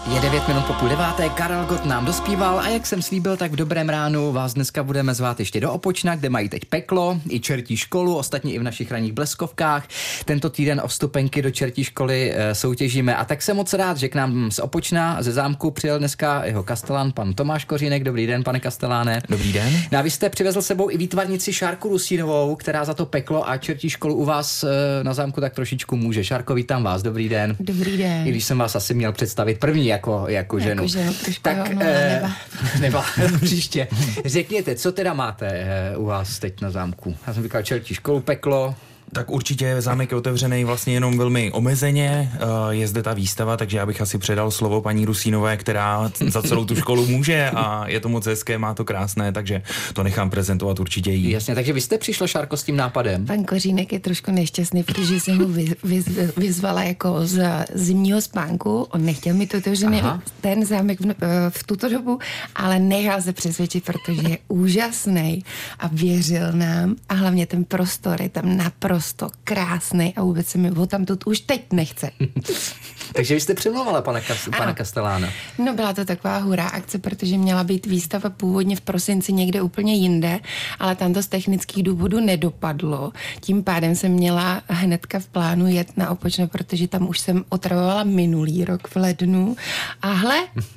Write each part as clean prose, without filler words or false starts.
Je 9 minut po 8:30, Karel Gott nám dospíval a jak jsem slíbil, tak v dobrém ránu vás dneska budeme zvát ještě do Opočna, kde mají teď peklo, i čertí školu, ostatně i v našich ranních bleskovkách. Tento týden o vstupenky do čertí školy soutěžíme a tak jsem moc rád, že k nám z Opočna, ze zámku přijel dneska jeho kastelán, pan Tomáš Kořínek. Dobrý den, pane kasteláne. Dobrý den. No a vy jste přivezl sebou i výtvarnici Šárku Rusínovou, která za to peklo a čertí školu u vás na zámku tak trošičku může. Šárko, vítám vás, dobrý den. Dobrý den. I když jsem vás asi měl představit první jako ženu. Tak neba příště. Řekněte, co teda máte u vás teď na zámku? Já jsem říkal čertí školu, peklo. Tak určitě zámek je otevřený vlastně jenom velmi omezeně, je zde ta výstava, takže já bych asi předal slovo paní Rusínové, která za celou tu školu může a je to moc hezké, má to krásné, takže to nechám prezentovat určitě jí. Jasně, takže vy jste přišla, Šárko, s tím nápadem? Pan Kořínek je trošku nešťastný, protože jsem ho vyzvala jako z zimního spánku, on nechtěl mi to otevřený ten zámek v tuto dobu, ale nechal se přesvědčit, protože je úžasný a věřil nám a hlavně ten prostor je tam naprosto krásný a vůbec se mi ho tam už teď nechce. Takže vy jste přemlouvala pana Kastelána. No byla to taková hurá akce, protože měla být výstava původně v prosinci někde úplně jinde, ale tam to z technických důvodů nedopadlo. Tím pádem jsem měla hnedka v plánu jet na Opočno, protože tam už jsem otravovala minulý rok v lednu. A hle,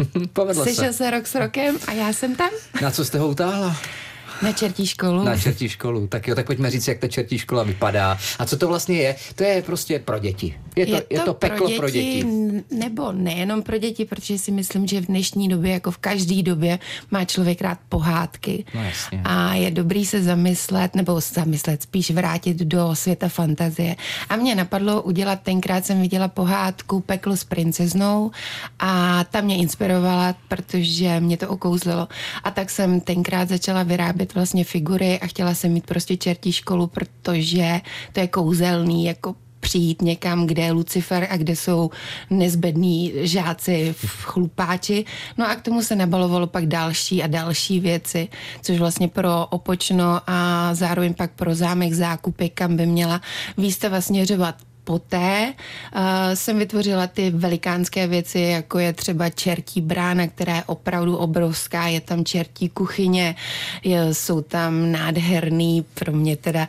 sešel se rok s rokem a já jsem tam. Na co jste ho utáhla? Na čertí školu. Na čertí školu. Tak jo, tak pojďme říct, jak ta čertí škola vypadá. A co to vlastně je? To je prostě pro děti. Je to peklo pro děti. Nebo nejenom pro děti, protože si myslím, že v dnešní době, jako v každé době, má člověk rád pohádky. No jasně. A je dobrý se zamyslet, spíš vrátit do světa fantazie. A mě napadlo udělat, tenkrát jsem viděla pohádku Peklo s princeznou a ta mě inspirovala, protože mě to okouzlilo. A tak jsem tenkrát začala vyrábět vlastně figury a chtěla jsem mít prostě čertí školu, protože to je kouzelný, jako přijít někam, kde je Lucifer a kde jsou nezbední žáci v chlupáči. No a k tomu se nabalovalo pak další a další věci, což vlastně pro Opočno a zároveň pak pro zámek Zákupy, kam by měla výstava směřovat. Poté jsem vytvořila ty velikánské věci, jako je třeba čertí brána, která je opravdu obrovská, je tam čertí kuchyně, jsou tam nádherný, pro mě teda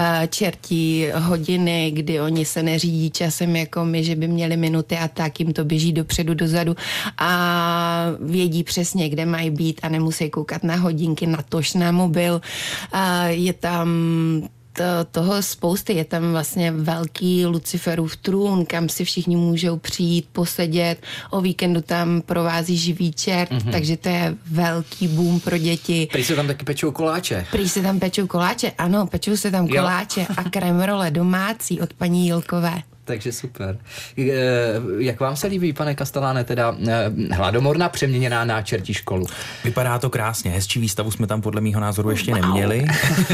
čertí hodiny, kdy oni se neřídí časem jako my, že by měli minuty a tak jim to běží dopředu, dozadu a vědí přesně, kde mají být a nemusí koukat na hodinky, natož na mobil. Je tam toho spousty, je tam vlastně velký Luciferův trůn, kam si všichni můžou přijít, posedět, o víkendu tam provází živý čert, takže to je velký boom pro děti. Prý se tam taky pečou koláče. Ano, pečou se tam koláče a kremrole domácí od paní Jilkové. Takže super. Jak vám se líbí, pane Kasteláne, teda Hladomorna přeměněná na čertí školu? Vypadá to krásně, hezčí výstavu jsme tam podle mýho názoru ještě neměli.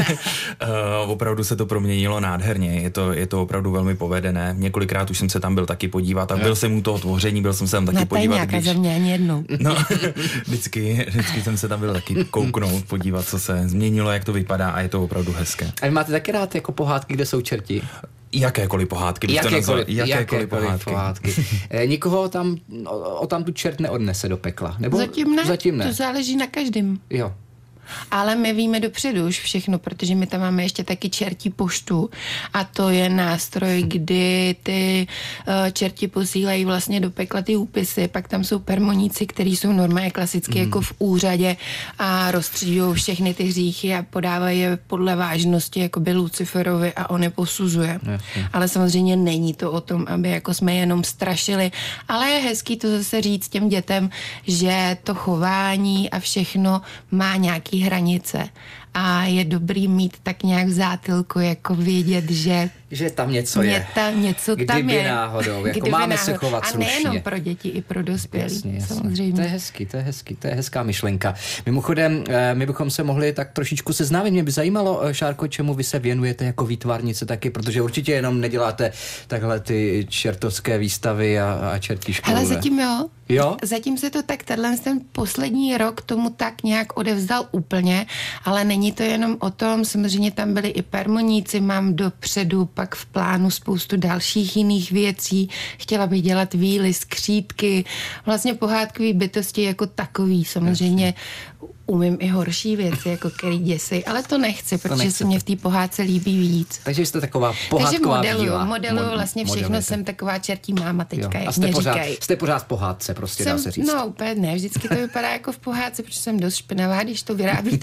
Opravdu se to proměnilo nádherně, je to opravdu velmi povedené. Několikrát už jsem se tam byl taky podívat a byl jsem u toho tvoření, byl jsem se tam taky podívat. Na za mě ani jednou. No, vždycky jsem se tam byl taky kouknout, podívat, co se změnilo, jak to vypadá a je to opravdu hezké. A vy máte taky rád jako pohádky, kde jsou čerti? Jakékoliv pohádky. Jakékoliv pohádky. Nikoho tam tu čert neodnese do pekla? Nebo? Zatím ne. To záleží na každém. Jo. Ale my víme dopředu už všechno, protože my tam máme ještě taky čertí poštu a to je nástroj, kdy ty čerti posílají vlastně do pekla ty úpisy, pak tam jsou permoníci, kteří jsou normálně klasicky jako v úřadě a rozstřídujou všechny ty hříchy a podávají je podle vážnosti jakoby Luciferovi a on je posuzuje. Ale samozřejmě není to o tom, aby jako jsme jenom strašili, ale je hezký to zase říct těm dětem, že to chování a všechno má nějaký hranice a je dobrý mít tak nějak v zátylku, jako vědět, že tam něco je. Kdyby tam je. Náhodou, jako máme se chovat slušně. A nejenom pro děti, i pro dospělí. Jasně. Samozřejmě. To je hezká myšlenka. Mimochodem, my bychom se mohli tak trošičku seznámit. Mě by zajímalo, Šárko, čemu vy se věnujete jako výtvarnice taky, protože určitě jenom neděláte takhle ty čertovské výstavy a čertí školy. Ale zatím jo. Zatím se to tak, ten poslední rok tomu tak nějak odevzdal úplně, ale není není to jenom o tom, samozřejmě tam byli i permoníci, mám dopředu pak v plánu spoustu dalších jiných věcí, chtěla bych dělat víly, skřítky, vlastně pohádkový bytosti jako takový, samozřejmě umím i horší věci, jako který děsej, ale to nechci, protože se mě v té pohádce líbí víc. Takže jste taková pohádková víla. Modeluju vlastně všechno, jsem taková čertí máma teďka, jak mě říkají. Jste pořád v pohádce, prostě dá se říct. No úplně ne, vždycky to vypadá jako v pohádce, protože jsem dost špinavá, když to vyrábíte.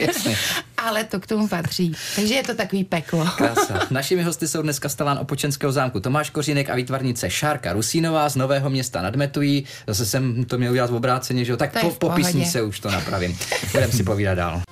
Ale to k tomu patří. Takže je to takový peklo. Krása. Našimi hosty jsou dnes kastelán Opočenského zámku Tomáš Kořínek a výtvarnice Šárka Rusínová z Nového Města nad Metují. Zase jsem to měl udělat v obráceně, že jo? Tak po písničce už to napravím. Budeme si povídat dál.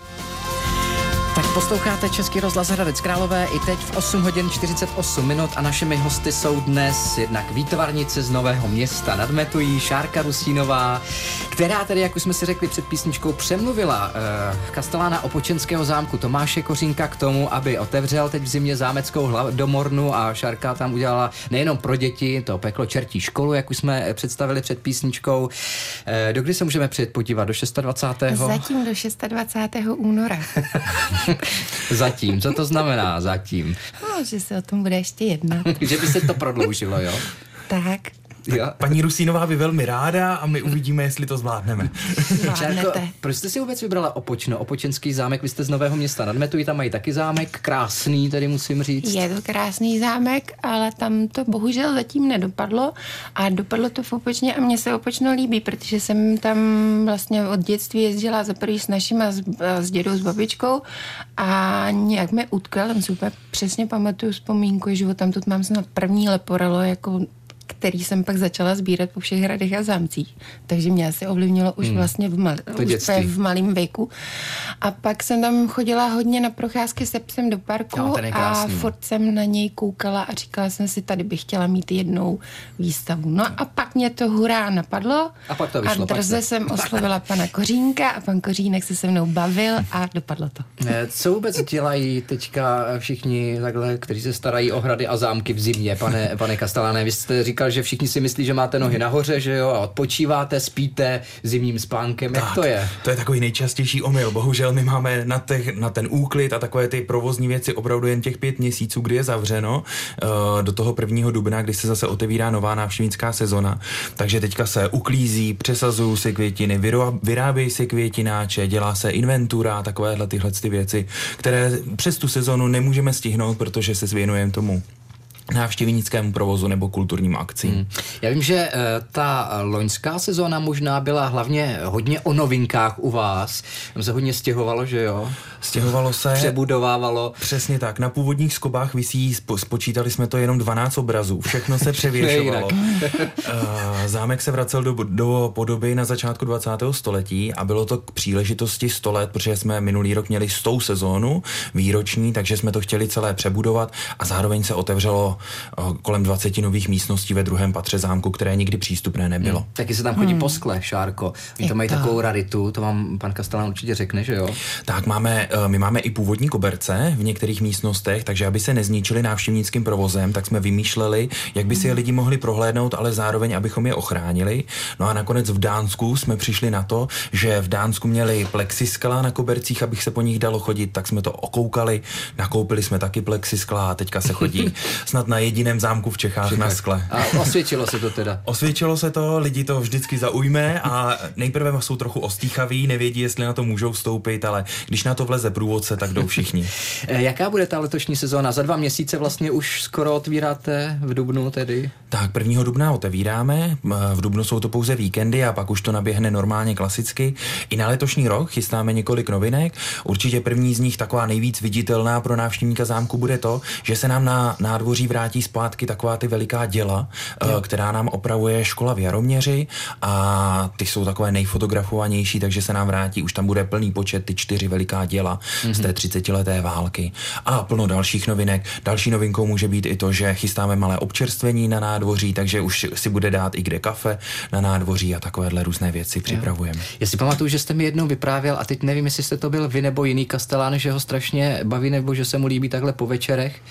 Tak posloucháte Český rozhlas Hradec Králové i teď v 8 hodin 48 minut a našimi hosty jsou dnes jednak výtvarnice z Nového Města nad Metují, Šárka Rusínová, která tedy, jak už jsme si řekli před písničkou, přemluvila kastelána Opočenského zámku Tomáše Kořínka k tomu, aby otevřel teď v zimě zámeckou hladomornu a Šárka tam udělala nejenom pro děti to peklo čertí školu, jak už jsme představili před písničkou. Dokdy se můžeme přijet podívat? Do 26. Zatím do 26. února. Zatím, co to znamená zatím? No, že se o tom bude ještě jednat. Že by se to prodloužilo, jo? Tak. Jo. Paní Rusínová by velmi ráda a my uvidíme, jestli to zvládneme. Čárko, proč jste si vůbec vybrala Opočno, Opočenský zámek? Vy jste z Nového Města nad Metují, tam mají taky zámek, krásný, tedy musím říct. Je to krásný zámek, ale tam to bohužel zatím nedopadlo a dopadlo to v Opočně a mně se Opočno líbí, protože jsem tam vlastně od dětství jezdila za prvý s našima, s dědou, s babičkou a nějak mě utkal, tam si úplně přesně pamatuju vzpomínku, že tam tu mám snad první leporelo, jako který jsem pak začala sbírat po všech hradech a zámcích. Takže mě asi ovlivnilo už vlastně v malém věku. A pak jsem tam chodila hodně na procházky se psem do parku a furt jsem na něj koukala a říkala jsem si, tady bych chtěla mít jednou výstavu. No a pak mě to hurá napadlo a pak to vyšlo, a drze jsem oslovila pana Kořínka a pan Kořínek se mnou bavil a dopadlo to. Co vůbec dělají teďka všichni takhle, kteří se starají o hrady a zámky v zimě, pane kasteláne? Vy jste říkal, že všichni si myslí, že máte nohy nahoře, že jo, a odpočíváte, spíte zimním spánkem. Jak to je? To je takový nejčastější omyl. Bohužel my máme na ten úklid a takové ty provozní věci opravdu jen těch 5 měsíců, kdy je zavřeno, do toho 1. dubna, kdy se zase otevírá nová návštěvnická sezona. Takže teďka se uklízí, přesazují si květiny, vyrábějí si květináče, dělá se inventura a takovéhle tyhle ty věci, které přes tu sezonu nemůžeme stihnout, protože se věnujeme tomu návštěvnickému provozu nebo kulturním akcím. Já vím, že ta loňská sezóna možná byla hlavně hodně o novinkách u vás. Tam se hodně stěhovalo, že jo? Stěhovalo se. Přebudovávalo. Přesně tak. Na původních skobách visí, spočítali jsme to jenom 12 obrazů. Všechno se převěšovalo. Zámek se vracel do podoby na začátku 20. století a bylo to k příležitosti 100 let, protože jsme minulý rok měli 100. sezónu výroční, takže jsme to chtěli celé přebudovat a zároveň se otevřelo kolem 20 nových místností ve 2. patře zámku, které nikdy přístupné nebylo. Taky se tam chodí po skle, Šárko. Oni to mají takovou raritu, to vám pan kastelán určitě řekne, že jo? Tak my máme i původní koberce v některých místnostech, takže aby se nezničili návštěvnickým provozem, tak jsme vymýšleli, jak by si je lidi mohli prohlédnout, ale zároveň, abychom je ochránili. No a nakonec v Dánsku jsme přišli na to, že v Dánsku měli plexiskla na kobercích, abych se po nich dalo chodit, tak jsme to okoukali, nakoupili jsme taky plexiskla a teďka se chodí snad na jediném zámku v Čechách na skle. A osvědčilo se to teda? Osvědčilo se to, lidi to vždycky zaujme a nejprve jsou trochu ostýchaví, nevědí, jestli na to můžou vstoupit, ale když na to vleze průvodce, tak jdou všichni. Jaká bude ta letošní sezóna? Za 2 měsíce vlastně už skoro otvíráte v dubnu tedy? Tak 1. dubna otevíráme, v dubnu jsou to pouze víkendy a pak už to naběhne normálně klasicky. I na letošní rok chystáme několik novinek. Určitě první z nich, taková nejvíc viditelná pro návštěvníka zámku, bude to, že se nám na nádvoří vrátí zpátky taková ty veliká děla, která nám opravuje škola v Jaroměři a ty jsou takové nejfotografovanější, takže se nám vrátí, už tam bude plný počet ty 4 veliká děla z té 30leté války a plno dalších novinek. Další novinkou může být i to, že chystáme malé občerstvení na nádvoří, takže už si bude dát i kde kafe na nádvoří a takovéhle různé věci připravujeme. Já si pamatuju, že jste mi jednou vyprávěl a teď nevím, jestli jste to byl vy nebo jiný kastelán, že ho strašně baví nebo že se mu líbí takhle po večerech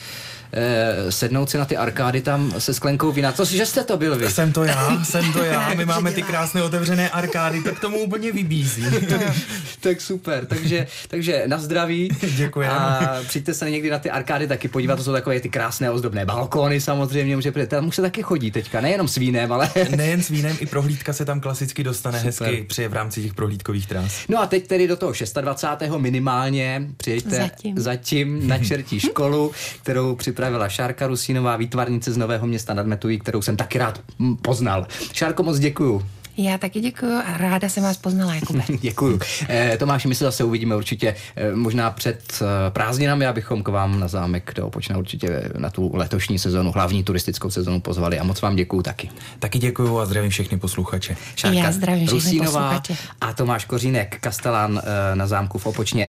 sednout si na ty arkády tam se sklenkou vína. Že jste to byl vy? Jsem to já. My máme ty krásné otevřené arkády, tak tomu úplně vybízí. Tak super, takže na zdraví. Děkujeme. A přijďte se někdy na ty arkády taky podívat, to jsou takové ty krásné ozdobné balkóny samozřejmě, tam už se taky chodí teďka, nejenom s vínem, ale... Nejen s vínem, i prohlídka se tam klasicky dostane super. Hezky v rámci těch prohlídkových trás. No a teď tedy do toho 26. minimálně přijeďte zatím na Čertí školu, kterou připravila Šárka Rusínová, výtvarnice z Nového Města nad Metují, kterou jsem taky rád poznal. Šárko, moc děkuju. Já taky děkuju a ráda jsem vás poznala, Jakube. Děkuju. Tomáši, my se zase uvidíme určitě možná před prázdninami, abychom k vám na zámek do Opočna určitě na tu letošní sezonu, hlavní turistickou sezonu pozvali a moc vám děkuju taky. Taky děkuju a zdravím všechny posluchače. Šárka Já zdravím všechny Rusínová posluchače. a Tomáš Kořínek, kastelán na zámku v Opočně.